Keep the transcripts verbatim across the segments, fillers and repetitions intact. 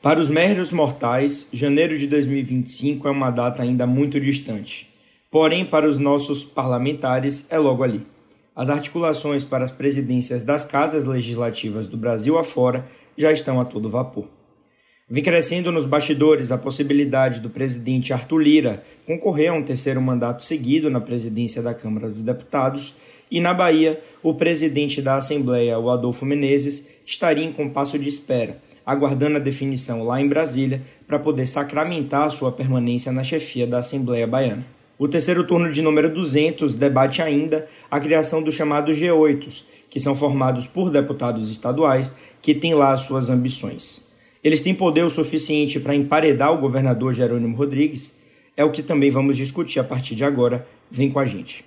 Para os meros mortais, janeiro de dois mil e vinte e cinco é uma data ainda muito distante. Porém, para os nossos parlamentares, é logo ali. As articulações para as presidências das casas legislativas do Brasil afora já estão a todo vapor. Vem crescendo nos bastidores a possibilidade do presidente Arthur Lira concorrer a um terceiro mandato seguido na presidência da Câmara dos Deputados e, na Bahia, o presidente da Assembleia, o Adolfo Menezes, estaria em compasso de espera, aguardando a definição lá em Brasília para poder sacramentar a sua permanência na chefia da Assembleia Baiana. O terceiro turno de número duzentos debate ainda a criação dos chamados G oito, que são formados por deputados estaduais que têm lá as suas ambições. Eles têm poder o suficiente para emparedar o governador Jerônimo Rodrigues? É o que também vamos discutir a partir de agora. Vem com a gente.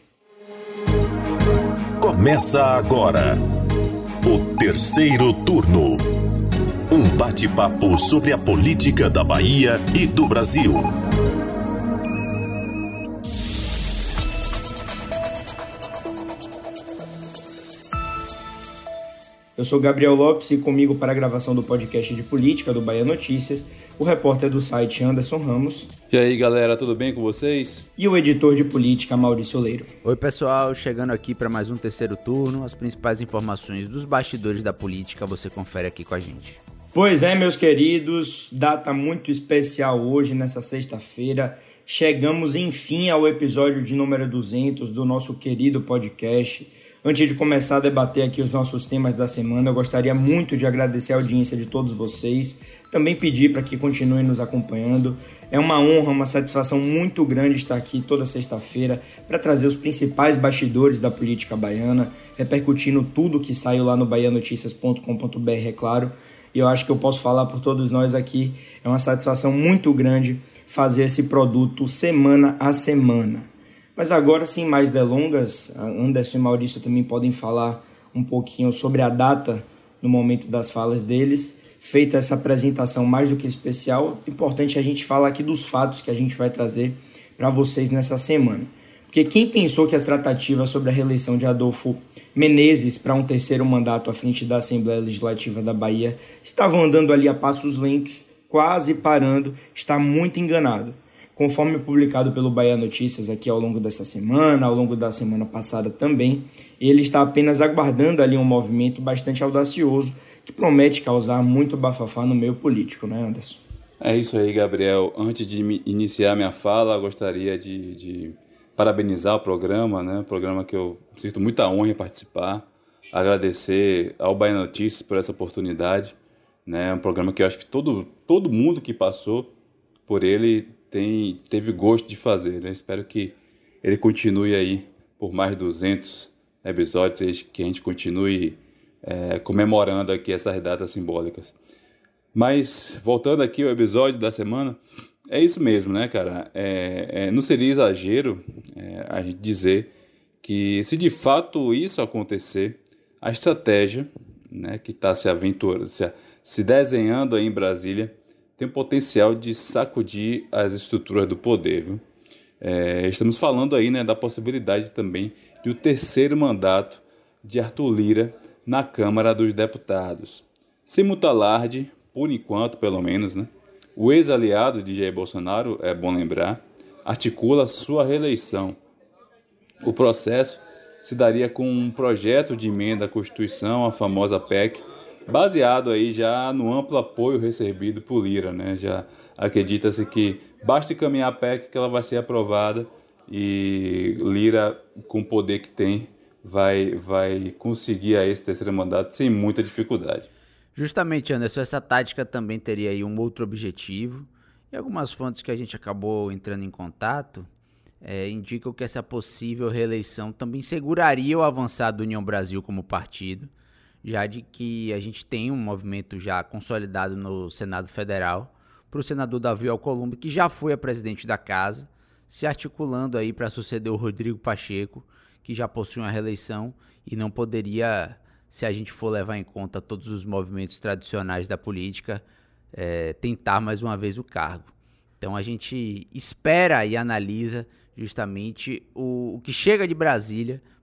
Começa agora o terceiro turno. Um bate-papo sobre a política da Bahia e do Brasil. Eu sou Gabriel Lopes e comigo para a gravação do podcast de política do Bahia Notícias, o repórter do site Anderson Ramos. E aí galera, tudo bem com vocês? E o editor de política Maurício Leiro. Oi pessoal, chegando aqui para mais um terceiro turno. As principais informações dos bastidores da política você confere aqui com a gente. Pois é, meus queridos, data muito especial hoje, nessa sexta-feira. Chegamos enfim ao episódio de número duzentos do nosso querido podcast. Antes de começar a debater aqui os nossos temas da semana, eu gostaria muito de agradecer a audiência de todos vocês, também pedir para que continuem nos acompanhando. É uma honra, uma satisfação muito grande estar aqui toda sexta-feira para trazer os principais bastidores da política baiana, repercutindo tudo que saiu lá no bahia noticias ponto com ponto b r, é claro. E eu acho que eu posso falar por todos nós aqui, é uma satisfação muito grande fazer esse produto semana a semana. Mas agora, sem mais delongas, Anderson e Maurício também podem falar um pouquinho sobre a data no momento das falas deles. Feita essa apresentação mais do que especial, importante a gente falar aqui dos fatos que a gente vai trazer para vocês nessa semana. Porque quem pensou que as tratativas sobre a reeleição de Adolfo Menezes para um terceiro mandato à frente da Assembleia Legislativa da Bahia estavam andando ali a passos lentos, quase parando, está muito enganado. Conforme publicado pelo Bahia Notícias aqui ao longo dessa semana, ao longo da semana passada também, ele está apenas aguardando ali um movimento bastante audacioso que promete causar muito bafafá no meio político, né, Anderson? É isso aí, Gabriel. Antes de iniciar minha fala, gostaria de, de parabenizar o programa, né? Programa que eu sinto muita honra em participar, agradecer ao Bahia Notícias por essa oportunidade, né? Um programa que eu acho que todo, todo mundo que passou por ele Tem, teve gosto de fazer, né? Espero que ele continue aí por mais duzentos episódios, que a gente continue é, comemorando aqui essas datas simbólicas. Mas, voltando aqui ao episódio da semana, é isso mesmo, né, cara? É, é, não seria exagero é, a gente dizer que, se de fato isso acontecer, a estratégia, né, que está se aventurando, se, se desenhando aí em Brasília, tem o potencial de sacudir as estruturas do poder, viu? É, estamos falando aí, né, da possibilidade também de o terceiro mandato de Arthur Lira na Câmara dos Deputados. Sem muito alarde, por enquanto pelo menos, né, o ex-aliado de Jair Bolsonaro, é bom lembrar, articula sua reeleição. O processo se daria com um projeto de emenda à Constituição, a famosa P E C, baseado aí já no amplo apoio recebido por Lira, né? Já acredita-se que basta encaminhar a P E C que ela vai ser aprovada e Lira, com o poder que tem, vai, vai conseguir aí esse terceiro mandato sem muita dificuldade. Justamente, Anderson, essa tática também teria aí um outro objetivo, e algumas fontes que a gente acabou entrando em contato é, indicam que essa possível reeleição também seguraria o avançado União Brasil como partido, já de que a gente tem um movimento já consolidado no Senado Federal para o senador Davi Alcolumbre, que já foi a presidente da casa, se articulando aí para suceder o Rodrigo Pacheco, que já possui uma reeleição e não poderia, se a gente for levar em conta todos os movimentos tradicionais da política, é, tentar mais uma vez o cargo. Então a gente espera e analisa justamente o, o que chega de Brasília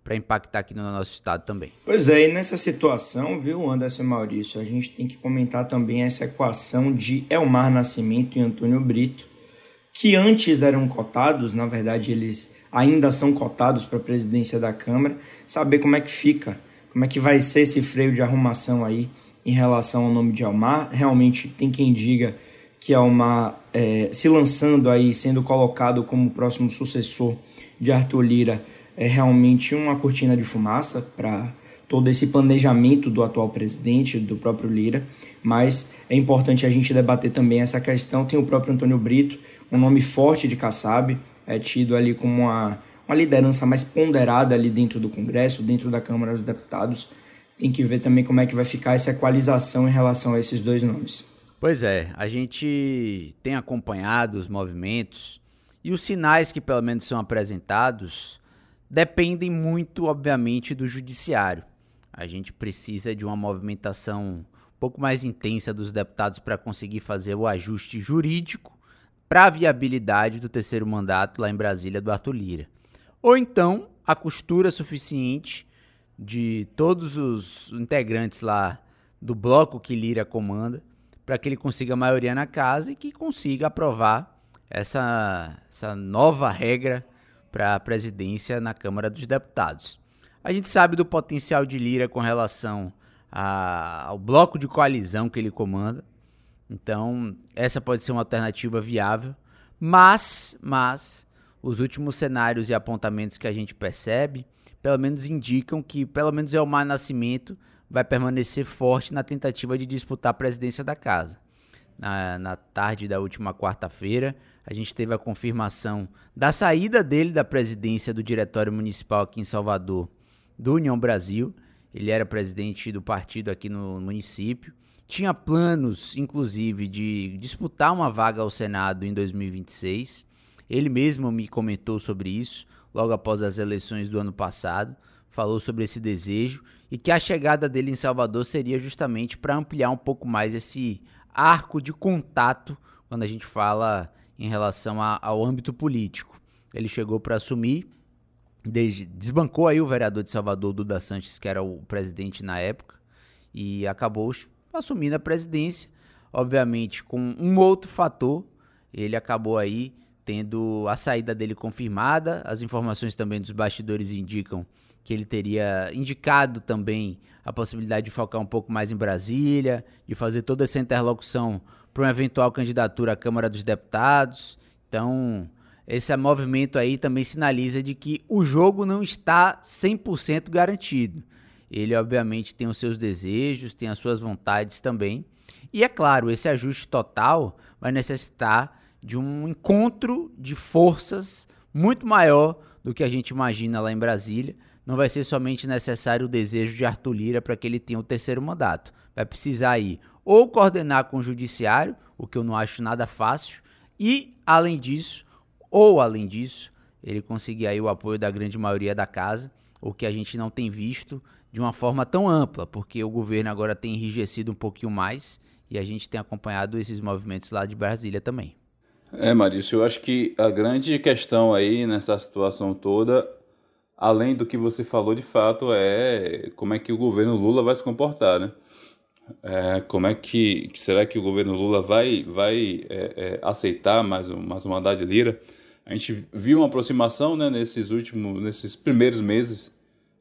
para impactar aqui no nosso estado também. Pois é, e nessa situação, viu, Anderson e Maurício, a gente tem que comentar também essa equação de Elmar Nascimento e Antônio Brito, que antes eram cotados, na verdade eles ainda são cotados para a presidência da Câmara, saber como é que fica, como é que vai ser esse freio de arrumação aí em relação ao nome de Elmar. Realmente tem quem diga que Elmar, é, se lançando aí, sendo colocado como próximo sucessor de Arthur Lira, é realmente uma cortina de fumaça para todo esse planejamento do atual presidente, do próprio Lira, mas é importante a gente debater também essa questão. Tem o próprio Antônio Brito, um nome forte de Kassab, é tido ali como uma, uma liderança mais ponderada ali dentro do Congresso, dentro da Câmara dos Deputados. Tem que ver também como é que vai ficar essa equalização em relação a esses dois nomes. Pois é, a gente tem acompanhado os movimentos e os sinais que pelo menos são apresentados dependem muito, obviamente, do judiciário. A gente precisa de uma movimentação um pouco mais intensa dos deputados para conseguir fazer o ajuste jurídico para a viabilidade do terceiro mandato lá em Brasília do Arthur Lira. Ou então, a costura suficiente de todos os integrantes lá do bloco que Lira comanda para que ele consiga a maioria na casa e que consiga aprovar essa, essa nova regra para a presidência na Câmara dos Deputados. A gente sabe do potencial de Lira com relação a, ao bloco de coalizão que ele comanda, então essa pode ser uma alternativa viável, mas, mas os últimos cenários e apontamentos que a gente percebe, pelo menos indicam que pelo menos Elmar Nascimento vai permanecer forte na tentativa de disputar a presidência da casa. Na, na tarde da última quarta-feira, a gente teve a confirmação da saída dele da presidência do Diretório Municipal aqui em Salvador, do União Brasil. Ele era presidente do partido aqui no município. Tinha planos, inclusive, de disputar uma vaga ao Senado em dois mil e vinte e seis. Ele mesmo me comentou sobre isso, logo após as eleições do ano passado. Falou sobre esse desejo e que a chegada dele em Salvador seria justamente para ampliar um pouco mais esse arco de contato quando a gente fala em relação a, ao âmbito político. Ele chegou para assumir, desde, desbancou aí o vereador de Salvador, Duda Sanches, que era o presidente na época, e acabou assumindo a presidência, obviamente com um outro fator. Ele acabou aí tendo a saída dele confirmada. As informações também dos bastidores indicam que ele teria indicado também a possibilidade de focar um pouco mais em Brasília, de fazer toda essa interlocução para uma eventual candidatura à Câmara dos Deputados. Então, esse movimento aí também sinaliza de que o jogo não está cem por cento garantido. Ele, obviamente, tem os seus desejos, tem as suas vontades também. E, é claro, esse ajuste total vai necessitar de um encontro de forças muito maior do que a gente imagina lá em Brasília. Não vai ser somente necessário o desejo de Arthur Lira para que ele tenha o terceiro mandato. Vai precisar aí ou coordenar com o judiciário, o que eu não acho nada fácil, e além disso, ou além disso, ele conseguir aí o apoio da grande maioria da casa, o que a gente não tem visto de uma forma tão ampla, porque o governo agora tem enrijecido um pouquinho mais e a gente tem acompanhado esses movimentos lá de Brasília também. É, Maurício, eu acho que a grande questão aí nessa situação toda, além do que você falou de fato, é como é que o governo Lula vai se comportar, né? É, como é que, será que o governo Lula vai, vai é, é, aceitar mais um, mais um mandato de Lira? A gente viu uma aproximação, né, nesses últimos, nesses primeiros meses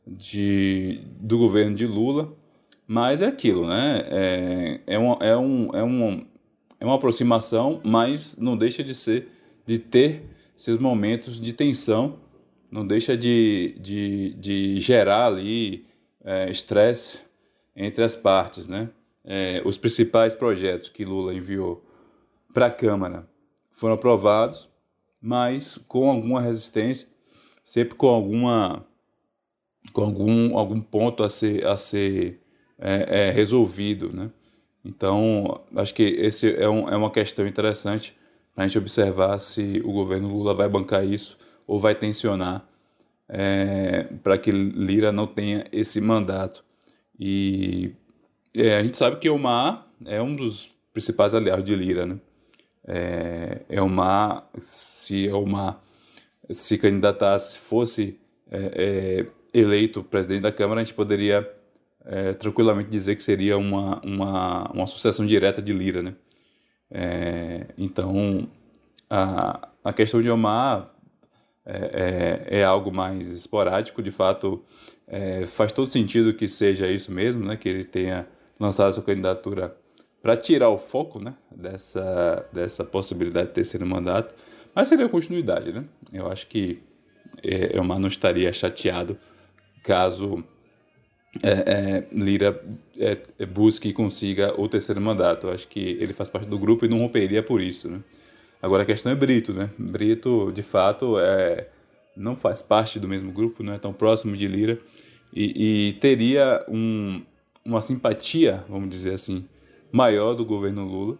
de, do governo de Lula, mas é aquilo, né? É, é, um, é, um, é, um, é uma aproximação, mas não deixa de ser, de ter seus momentos de tensão, não deixa de, de, de gerar ali estresse é, entre as partes, né? É, os principais projetos que Lula enviou para a Câmara foram aprovados, mas com alguma resistência, sempre com alguma com algum, algum ponto a ser, a ser é, é, resolvido, né? Então, acho que esse é, um, é uma questão interessante para a gente observar se o governo Lula vai bancar isso ou vai tensionar é, para que Lira não tenha esse mandato. E é, a gente sabe que Elmar é um dos principais aliados de Lira, né? É, Elmar, se Elmar se candidatasse, fosse é, é, eleito presidente da Câmara, a gente poderia é, tranquilamente dizer que seria uma, uma, uma sucessão direta de Lira, né? É, então, a, a questão de Omar é, é, é algo mais esporádico, de fato, é, faz todo sentido que seja isso mesmo, né? Que ele tenha lançado sua candidatura para tirar o foco, né, dessa, dessa possibilidade de terceiro mandato, mas seria continuidade, né? Eu acho que é, Omar não estaria chateado caso é, é, Lira é, busque e consiga o terceiro mandato. Eu acho que ele faz parte do grupo e não romperia por isso, né? Agora a questão é Brito, né? Brito, de fato, é, não faz parte do mesmo grupo, não é tão próximo de Lira e, e teria um, uma simpatia, vamos dizer assim, maior do governo Lula.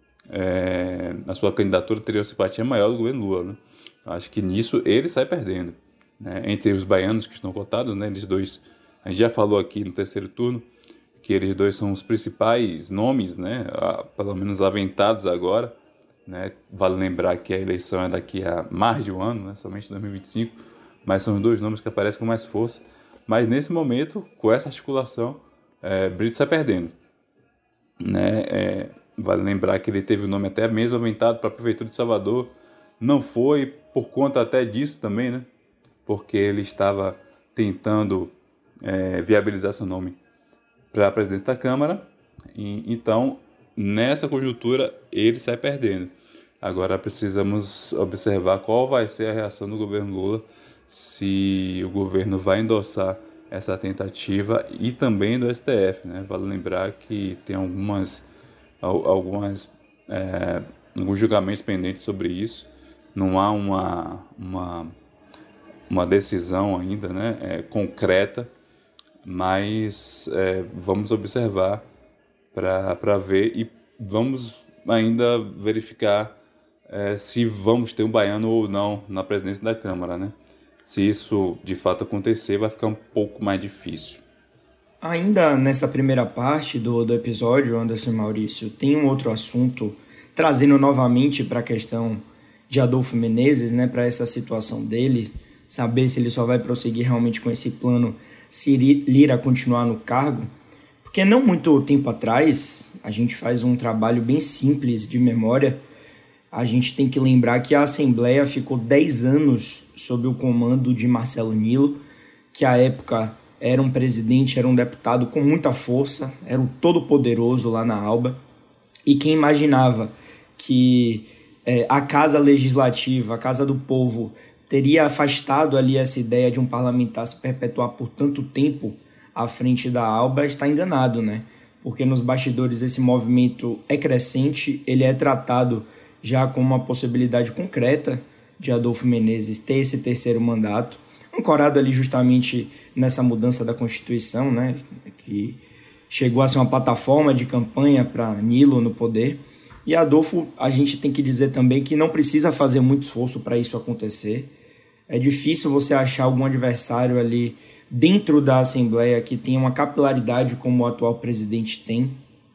É, a sua candidatura teria uma simpatia maior do governo Lula, né? Acho que nisso ele sai perdendo, né? Entre os baianos que estão cotados, né? Eles dois, a gente já falou aqui no terceiro turno que eles dois são os principais nomes, né? Pelo menos aventados agora, né? Vale lembrar que a eleição é daqui a mais de um ano, né? Somente em dois mil e vinte e cinco, mas são os dois nomes que aparecem com mais força. Mas nesse momento, com essa articulação, é, Brito sai perdendo, né? É, vale lembrar que ele teve o nome até mesmo aventado para a Prefeitura de Salvador. Não foi por conta até disso também, né? Porque ele estava tentando é, viabilizar seu nome para presidente da Câmara. E, então, nessa conjuntura, ele sai perdendo. Agora precisamos observar qual vai ser a reação do governo Lula, se o governo vai endossar essa tentativa e também do S T F, né? Vale lembrar que tem algumas, algumas, é, alguns julgamentos pendentes sobre isso. Não há uma, uma, uma decisão ainda, né, é, concreta, mas é, vamos observar para ver e vamos ainda verificar é, se vamos ter um baiano ou não na presidência da Câmara, né? Se isso de fato acontecer, vai ficar um pouco mais difícil. Ainda nessa primeira parte do, do episódio, Anderson e Maurício, tem um outro assunto trazendo novamente para a questão de Adolfo Menezes, né, para essa situação dele, saber se ele só vai prosseguir realmente com esse plano, se Lira continuar no cargo, porque não muito tempo atrás, a gente faz um trabalho bem simples de memória, a gente tem que lembrar que a Assembleia ficou dez anos sob o comando de Marcelo Nilo, que à época era um presidente, era um deputado com muita força, era um todo-poderoso lá na Alba, e quem imaginava que é, a Casa Legislativa, a Casa do Povo, teria afastado ali essa ideia de um parlamentar se perpetuar por tanto tempo à frente da Alba, está enganado, né? Porque nos bastidores esse movimento é crescente, ele é tratado já como uma possibilidade concreta de Adolfo Menezes ter esse terceiro mandato, ancorado ali justamente nessa mudança da Constituição, né, que chegou a ser uma plataforma de campanha para Nilo no poder. E Adolfo, a gente tem que dizer também que não precisa fazer muito esforço para isso acontecer. É difícil você achar algum adversário ali dentro da Assembleia que tenha uma capilaridade como o atual presidente tem,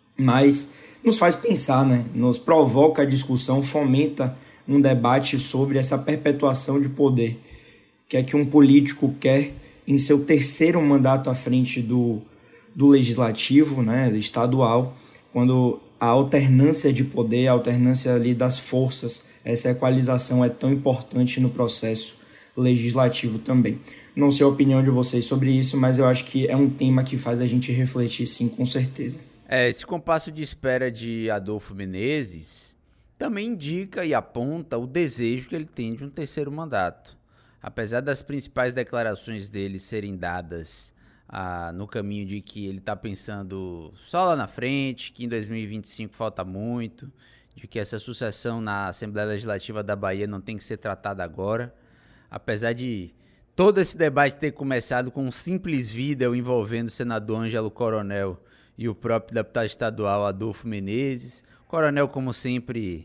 mas nos faz pensar, né? Nos provoca a discussão, fomenta um debate sobre essa perpetuação de poder, que é que um político quer em seu terceiro mandato à frente do, do legislativo, né, estadual, quando a alternância de poder, a alternância ali das forças, essa equalização é tão importante no processo legislativo também. Não sei a opinião de vocês sobre isso, mas eu acho que é um tema que faz a gente refletir, sim, com certeza. É, esse compasso de espera de Adolfo Menezes também indica e aponta o desejo que ele tem de um terceiro mandato. Apesar das principais declarações dele serem dadas ah, no caminho de que ele está pensando só lá na frente, que em dois mil e vinte e cinco falta muito, de que essa sucessão na Assembleia Legislativa da Bahia não tem que ser tratada agora, apesar de todo esse debate ter começado com um simples vídeo envolvendo o senador Ângelo Coronel e o próprio deputado estadual Adolfo Menezes. Coronel, como sempre,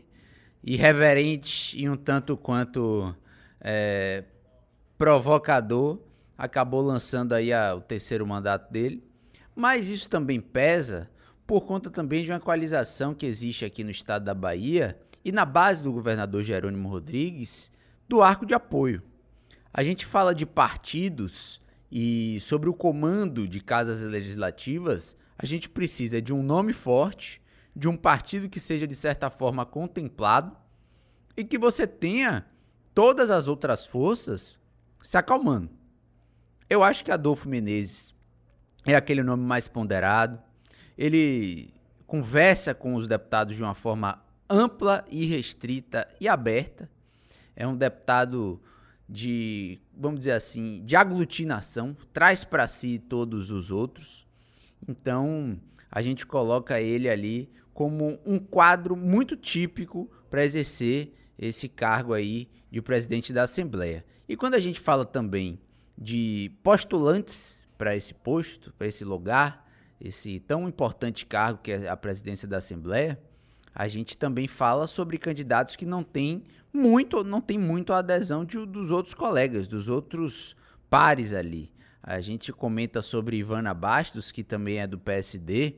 irreverente e um tanto quanto é, provocador, acabou lançando aí a, o terceiro mandato dele. Mas isso também pesa por conta também de uma equalização que existe aqui no estado da Bahia e na base do governador Jerônimo Rodrigues, do arco de apoio. A gente fala de partidos E sobre o comando de casas legislativas, a gente precisa de um nome forte, de um partido que seja de certa forma contemplado e que você tenha todas as outras forças se acalmando. Eu acho que Adolfo Menezes é aquele nome mais ponderado. Ele conversa com os deputados de uma forma ampla e restrita e aberta. É um deputado de, vamos dizer assim, de aglutinação, traz para si todos os outros. Então, a gente coloca ele ali como um quadro muito típico para exercer esse cargo aí de presidente da Assembleia. E quando a gente fala também de postulantes para esse posto, para esse lugar, esse tão importante cargo que é a presidência da Assembleia, a gente também fala sobre candidatos que não têm muito, não tem muito a adesão de, dos outros colegas, dos outros pares ali. A gente comenta sobre Ivana Bastos, que também é do P S D.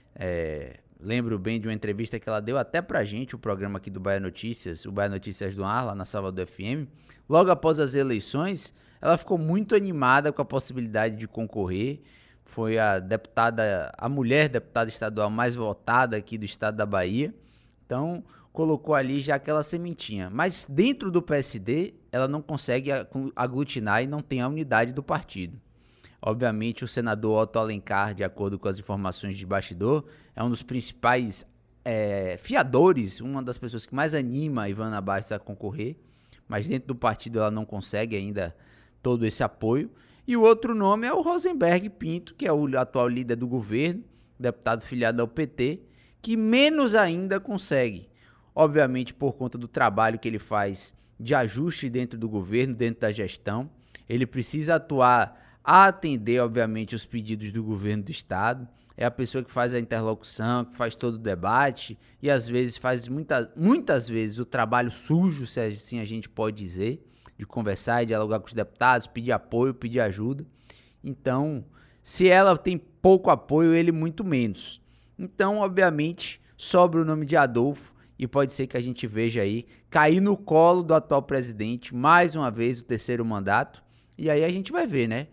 É, lembro bem de uma entrevista que ela deu até pra gente, o programa aqui do Bahia Notícias, o Bahia Notícias do Ar, lá na Salvador F M. Logo após as eleições, ela ficou muito animada com a possibilidade de concorrer. Foi a deputada, a mulher deputada estadual mais votada aqui do estado da Bahia. Então, colocou ali já aquela sementinha. Mas dentro do P S D, ela não consegue aglutinar e não tem a unidade do partido. Obviamente, o senador Otto Alencar, de acordo com as informações de bastidor, é um dos principais é, fiadores, uma das pessoas que mais anima a Ivana Bastos a concorrer, mas dentro do partido ela não consegue ainda todo esse apoio. E o outro nome é o Rosenberg Pinto, que é o atual líder do governo, deputado filiado ao P T, que menos ainda consegue, obviamente por conta do trabalho que ele faz de ajuste dentro do governo, dentro da gestão. Ele precisa atuar a atender, obviamente, os pedidos do governo do estado. É a pessoa que faz a interlocução, que faz todo o debate e às vezes faz muitas, muitas vezes o trabalho sujo, se assim a gente pode dizer, de conversar e dialogar com os deputados, pedir apoio, pedir ajuda. Então, se ela tem pouco apoio, ele muito menos. Então, obviamente, sobra o nome de Adolfo e pode ser que a gente veja aí cair no colo do atual presidente mais uma vez o terceiro mandato. E aí a gente vai ver, né?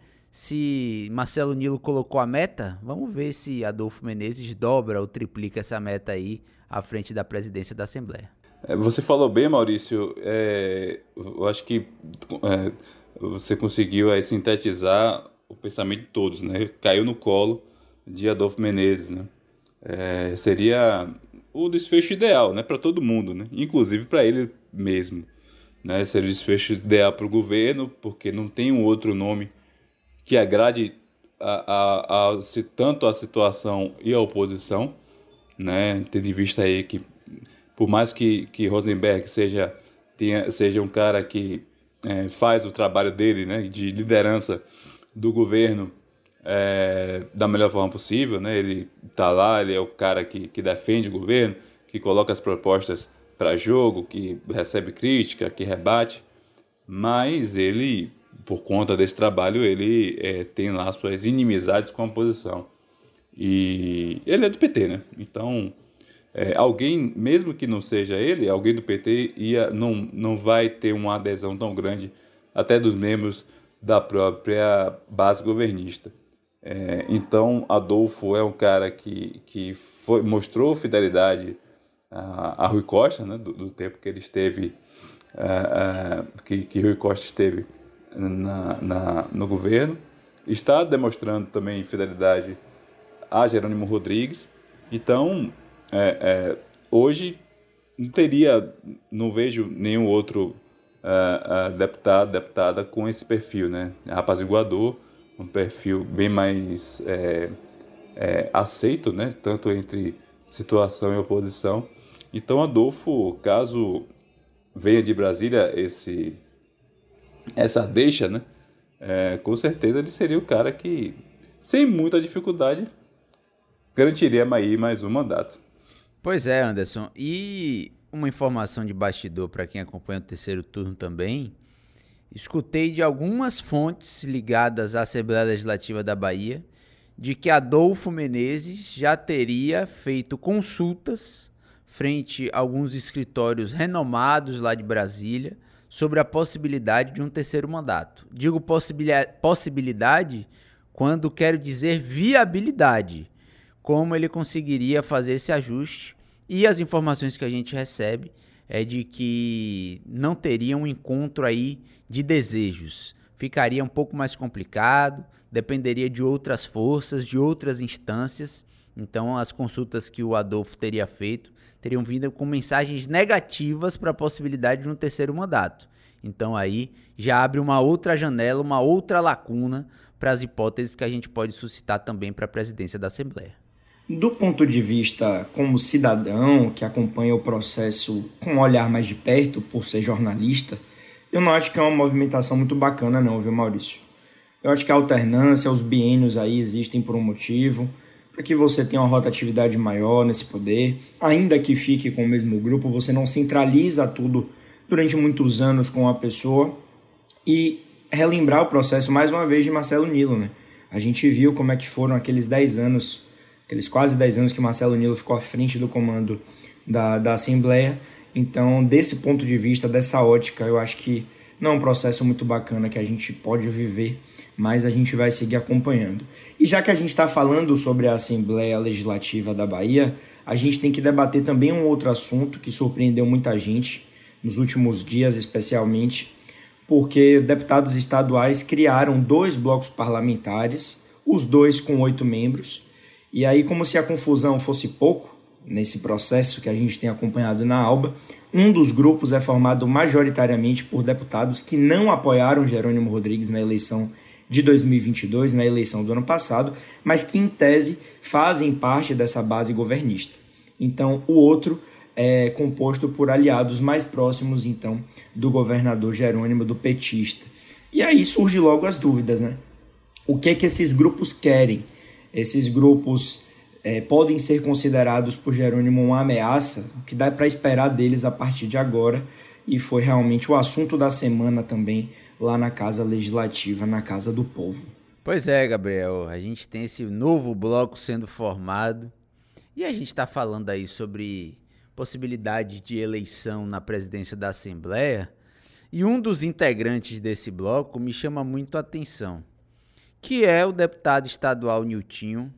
Se Marcelo Nilo colocou a meta, vamos ver se Adolfo Menezes dobra ou triplica essa meta aí à frente da presidência da Assembleia. Você falou bem, Maurício. É, eu acho que é, você conseguiu aí sintetizar o pensamento de todos, né? Caiu no colo de Adolfo Menezes, né? É, seria o desfecho ideal, né, para todo mundo, né? Inclusive para ele mesmo, né? Seria o desfecho ideal para o governo, porque não tem um outro nome que agrade a, a, a, se tanto a situação e a oposição, né? Tendo em vista aí que, por mais que, que Rosenberg seja, tenha, seja um cara que é, faz o trabalho dele, né, de liderança do governo é, da melhor forma possível, né? Ele está lá, ele é o cara que, que defende o governo, que coloca as propostas para jogo, que recebe crítica, que rebate, mas ele, por conta desse trabalho, ele é, tem lá suas inimizades com a oposição. E ele é do P T, né? Então, é, alguém, mesmo que não seja ele, alguém do P T ia, não, não vai ter uma adesão tão grande até dos membros da própria base governista. É, então, Adolfo é um cara que, que foi, mostrou fidelidade a, a Rui Costa, né? do, do tempo que ele esteve, uh, uh, que, que Rui Costa esteve na, na, no governo. Está demonstrando também fidelidade a Jerônimo Rodrigues. Então, é, é, hoje não teria, não vejo nenhum outro uh, uh, deputado, deputada com esse perfil, né? Apaziguador, um perfil bem mais é, é, aceito, né? Tanto entre situação e oposição. Então, Adolfo, caso venha de Brasília esse, essa deixa, né? É, com certeza ele seria o cara que, sem muita dificuldade, garantiria aí mais um mandato. Pois é, Anderson. E uma informação de bastidor para quem acompanha o terceiro turno também. Escutei de algumas fontes ligadas à Assembleia Legislativa da Bahia de que Adolfo Menezes já teria feito consultas frente a alguns escritórios renomados lá de Brasília sobre a possibilidade de um terceiro mandato. Digo possibilidade quando quero dizer viabilidade, como ele conseguiria fazer esse ajuste, e as informações que a gente recebe é de que não teria um encontro aí de desejos, ficaria um pouco mais complicado, dependeria de outras forças, de outras instâncias. Então as consultas que o Adolfo teria feito teriam vindo com mensagens negativas para a possibilidade de um terceiro mandato. Então aí já abre uma outra janela, uma outra lacuna para as hipóteses que a gente pode suscitar também para a presidência da Assembleia. Do ponto de vista como cidadão que acompanha o processo com um olhar mais de perto, por ser jornalista, eu não acho que é uma movimentação muito bacana não, viu, Maurício? Eu acho que a alternância, os biênios aí existem por um motivo, para que você tenha uma rotatividade maior nesse poder, ainda que fique com o mesmo grupo, você não centraliza tudo durante muitos anos com uma pessoa, e relembrar o processo mais uma vez de Marcelo Nilo, né? A gente viu como é que foram aqueles dez anos, aqueles quase dez anos que Marcelo Nilo ficou à frente do comando da, da Assembleia. Então, desse ponto de vista, dessa ótica, eu acho que não é um processo muito bacana que a gente pode viver, mas a gente vai seguir acompanhando. E já que a gente está falando sobre a Assembleia Legislativa da Bahia, a gente tem que debater também um outro assunto que surpreendeu muita gente nos últimos dias, especialmente, porque deputados estaduais criaram dois blocos parlamentares, os dois com oito membros, e aí, como se a confusão fosse pouco, nesse processo que a gente tem acompanhado na Alba, um dos grupos é formado majoritariamente por deputados que não apoiaram Jerônimo Rodrigues na eleição de dois mil e vinte e dois, na eleição do ano passado, mas que, em tese, fazem parte dessa base governista. Então, o outro é composto por aliados mais próximos, então, do governador Jerônimo, do petista. E aí surgem logo as dúvidas, né? O que é que esses grupos querem? Esses grupos é, podem ser considerados por Jerônimo uma ameaça, o que dá para esperar deles a partir de agora, e foi realmente o assunto da semana também lá na Casa Legislativa, na Casa do Povo. Pois é, Gabriel, a gente tem esse novo bloco sendo formado, e a gente está falando aí sobre possibilidade de eleição na presidência da Assembleia, e um dos integrantes desse bloco me chama muito a atenção, que é o deputado estadual Niltinho,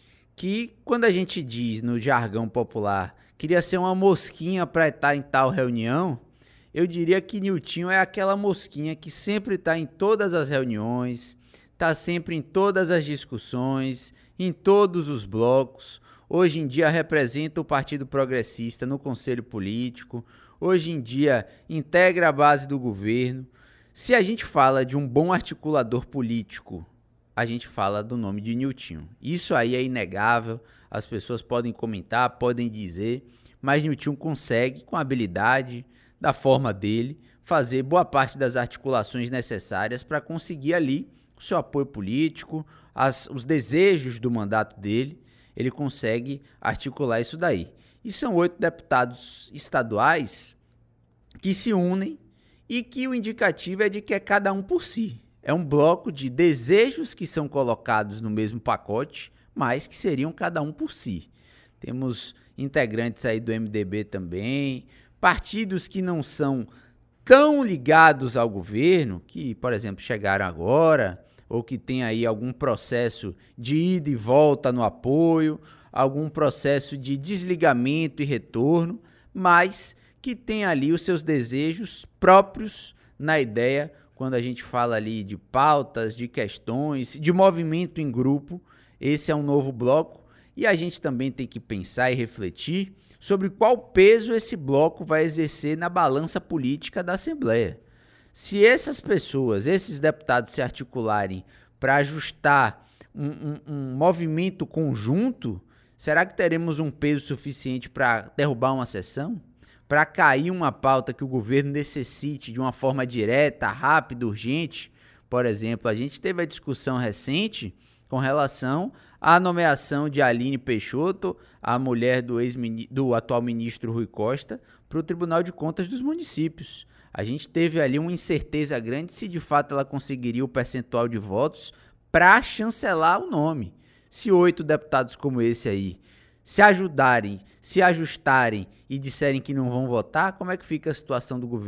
que, quando a gente diz no jargão popular, queria ser uma mosquinha para estar em tal reunião, eu diria que Niltinho é aquela mosquinha que sempre está em todas as reuniões, está sempre em todas as discussões, em todos os blocos. Hoje em dia representa o Partido Progressista no Conselho Político, hoje em dia integra a base do governo. Se a gente fala de um bom articulador político, a gente fala do nome de Niltinho. Isso aí é inegável, as pessoas podem comentar, podem dizer, mas Niltinho consegue, com a habilidade, da forma dele, fazer boa parte das articulações necessárias para conseguir ali o seu apoio político, as, os desejos do mandato dele, ele consegue articular isso daí. E são oito deputados estaduais que se unem e que o indicativo é de que é cada um por si. É um bloco de desejos que são colocados no mesmo pacote, mas que seriam cada um por si. Temos integrantes aí do M D B também, partidos que não são tão ligados ao governo, que, por exemplo, chegaram agora, ou que tem aí algum processo de ida e volta no apoio, algum processo de desligamento e retorno, mas que tem ali os seus desejos próprios na ideia, quando a gente fala ali de pautas, de questões, de movimento em grupo. Esse é um novo bloco e a gente também tem que pensar e refletir sobre qual peso esse bloco vai exercer na balança política da Assembleia. Se essas pessoas, esses deputados se articularem para ajustar um, um, um movimento conjunto, será que teremos um peso suficiente para derrubar uma sessão? Para cair uma pauta que o governo necessite de uma forma direta, rápida, urgente? Por exemplo, a gente teve a discussão recente com relação à nomeação de Aline Peixoto, a mulher do, ex do atual ministro Rui Costa, para o Tribunal de Contas dos Municípios. A gente teve ali uma incerteza grande se de fato ela conseguiria o percentual de votos para chancelar o nome. Se oito deputados como esse aí se ajudarem, se ajustarem e disserem que não vão votar, como é que fica a situação do governo?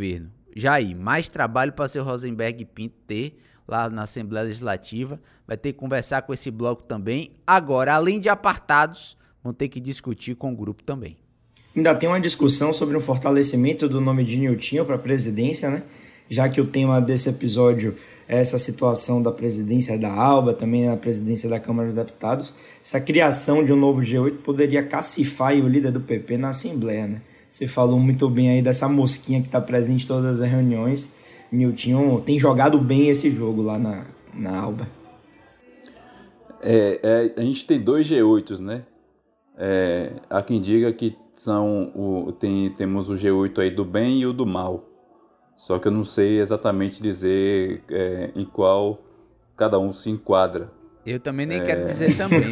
Jair, mais trabalho para seu Rosenberg Pinto ter lá na Assembleia Legislativa. Vai ter que conversar com esse bloco também. Agora, além de apartados, vão ter que discutir com o grupo também. Ainda tem uma discussão sobre o fortalecimento do nome de Niltinho para a presidência, né? Já que o tema desse episódio é essa situação da presidência da Alba, também na presidência da Câmara dos Deputados. Essa criação de um novo G oito poderia cacifar o líder do P P na Assembleia, né? Você falou muito bem aí dessa mosquinha que está presente em todas as reuniões. Niltinho tem jogado bem esse jogo lá na, na Alba. É, é, a gente tem dois G oitos, né? É, há quem diga que são o, tem, temos o G oito aí do bem e o do mal. Só que eu não sei exatamente dizer é, em qual cada um se enquadra. Eu também nem é... quero dizer também.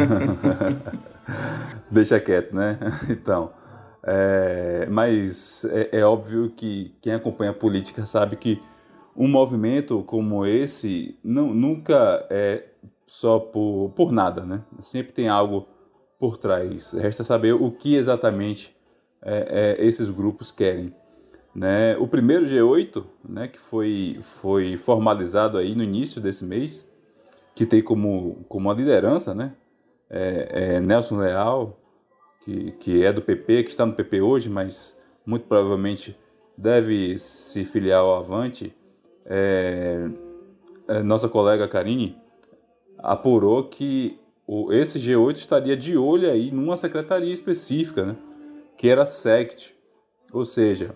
Deixa quieto, né? Então, é, mas é, é óbvio que quem acompanha a política sabe que um movimento como esse não, nunca é só por, por nada, né? Sempre tem algo por trás. Resta saber o que exatamente é, é, esses grupos querem. Né? O primeiro G oito, né, que foi, foi formalizado aí no início desse mês, que tem como, como a liderança, né, é, é Nelson Leal, que, que é do P P, que está no P P hoje, mas muito provavelmente deve se filiar ao Avante. É, é, nossa colega Karine apurou que o, esse G oito estaria de olho aí numa secretaria específica, né, que era a SECT, ou seja,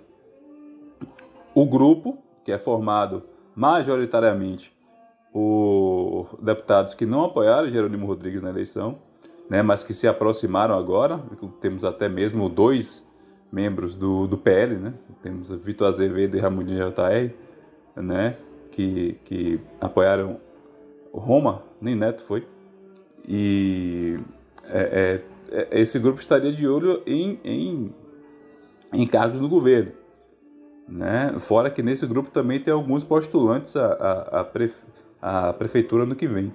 o grupo, que é formado majoritariamente por deputados que não apoiaram Jerônimo Rodrigues na eleição, né, mas que se aproximaram agora. Temos até mesmo dois membros do, do P L, né? Temos Vitor Azevedo e Ramudinho J R, né, que, que apoiaram Roma, nem Neto foi. E é, é, esse grupo estaria de olho em, em, em cargos no governo. Né? Fora que nesse grupo também tem alguns postulantes à, à, à, prefe... à prefeitura no que vem.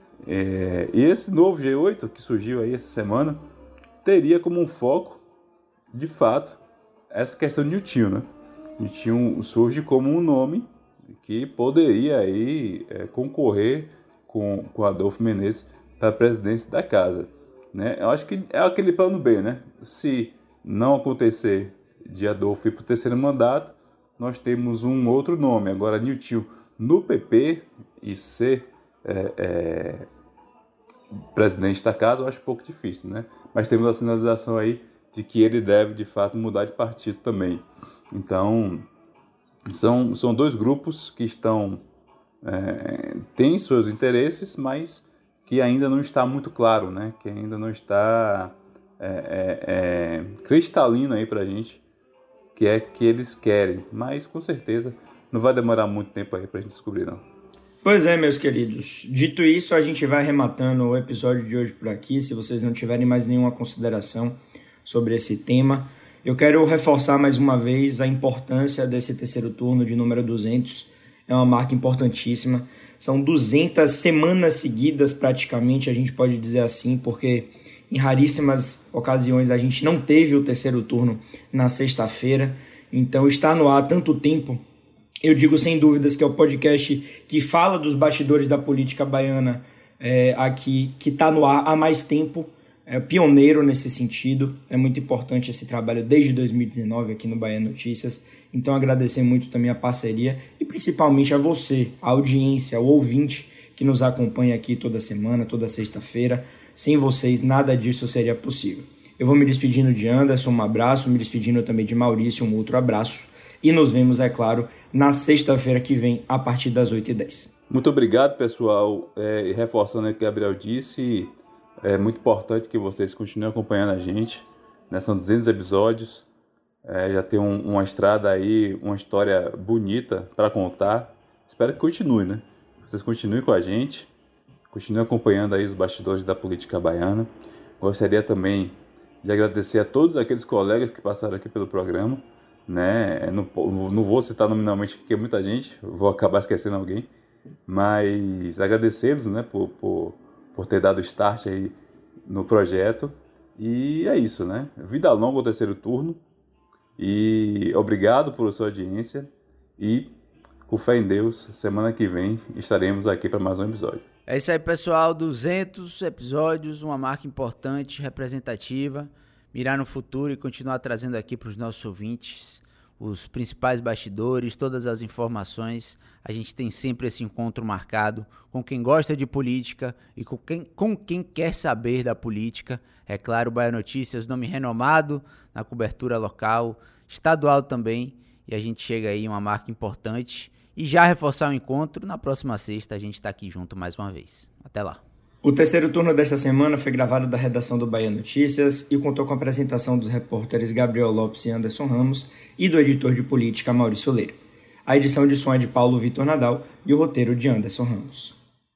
É... E esse novo G oito que surgiu aí essa semana teria como um foco, de fato, essa questão de Niltinho, né? Niltinho surge como um nome que poderia aí, é, concorrer com, com Adolfo Menezes para a presidência da casa. Né? Eu acho que é aquele plano B, né? Se não acontecer de Adolfo ir para o terceiro mandato, nós temos um outro nome. Agora, Niltinho no P P e ser é, é, presidente da casa, eu acho um pouco difícil, né? Mas temos a sinalização aí de que ele deve, de fato, mudar de partido também. Então, são, são dois grupos que estão é, têm seus interesses, mas que ainda não está muito claro, né? Que ainda não está é, é, é, cristalino aí para a gente que é que eles querem, mas com certeza não vai demorar muito tempo aí pra gente descobrir, não. Pois é, meus queridos. Dito isso, a gente vai arrematando o episódio de hoje por aqui. Se vocês não tiverem mais nenhuma consideração sobre esse tema, eu quero reforçar mais uma vez a importância desse terceiro turno de número duzentos. É uma marca importantíssima. São duzentas semanas seguidas, praticamente, a gente pode dizer assim, porque em raríssimas ocasiões a gente não teve o terceiro turno na sexta-feira. Então está no ar há tanto tempo. Eu digo sem dúvidas que é o podcast que fala dos bastidores da política baiana é, aqui, que está no ar há mais tempo. É pioneiro nesse sentido. É muito importante esse trabalho desde dois mil e dezenove aqui no Bahia Notícias. Então agradecer muito também a parceria e principalmente a você, a audiência, o ouvinte que nos acompanha aqui toda semana, toda sexta-feira. Sem vocês, nada disso seria possível. Eu vou me despedindo de Anderson, um abraço, me despedindo também de Maurício, um outro abraço. E nos vemos, é claro, na sexta-feira que vem, a partir das oito e dez. Muito obrigado, pessoal. É, reforçando o que o Gabriel disse, é muito importante que vocês continuem acompanhando a gente. Né? São duzentos episódios, é, já tem um, uma estrada aí, uma história bonita para contar. Espero que continue, né? Vocês continuem com a gente. Continue acompanhando aí os bastidores da política baiana. Gostaria também de agradecer a todos aqueles colegas que passaram aqui pelo programa. Né? Não, não vou citar nominalmente porque é muita gente, vou acabar esquecendo alguém. Mas agradecê-los, né, por, por, por ter dado start aí no projeto. E é isso, né? Vida longa ao terceiro turno. E obrigado por sua audiência. E, com fé em Deus, semana que vem estaremos aqui para mais um episódio. É isso aí, pessoal. duzentos episódios, uma marca importante, representativa. Mirar no futuro e continuar trazendo aqui para os nossos ouvintes os principais bastidores, todas as informações. A gente tem sempre esse encontro marcado com quem gosta de política e com quem, com quem quer saber da política. É claro, o Bahia Notícias, nome renomado na cobertura local, estadual também. E a gente chega aí, uma marca importante. E já reforçar o encontro, na próxima sexta a gente está aqui junto mais uma vez. Até lá. O terceiro turno desta semana foi gravado da redação do Bahia Notícias e contou com a apresentação dos repórteres Gabriel Lopes e Anderson Ramos e do editor de política Maurício Leira. A edição de som é de Paulo Vitor Nadal e o roteiro de Anderson Ramos.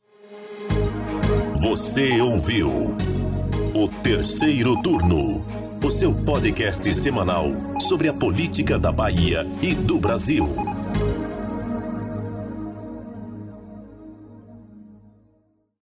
Você ouviu o Terceiro Turno, o seu podcast semanal sobre a política da Bahia e do Brasil.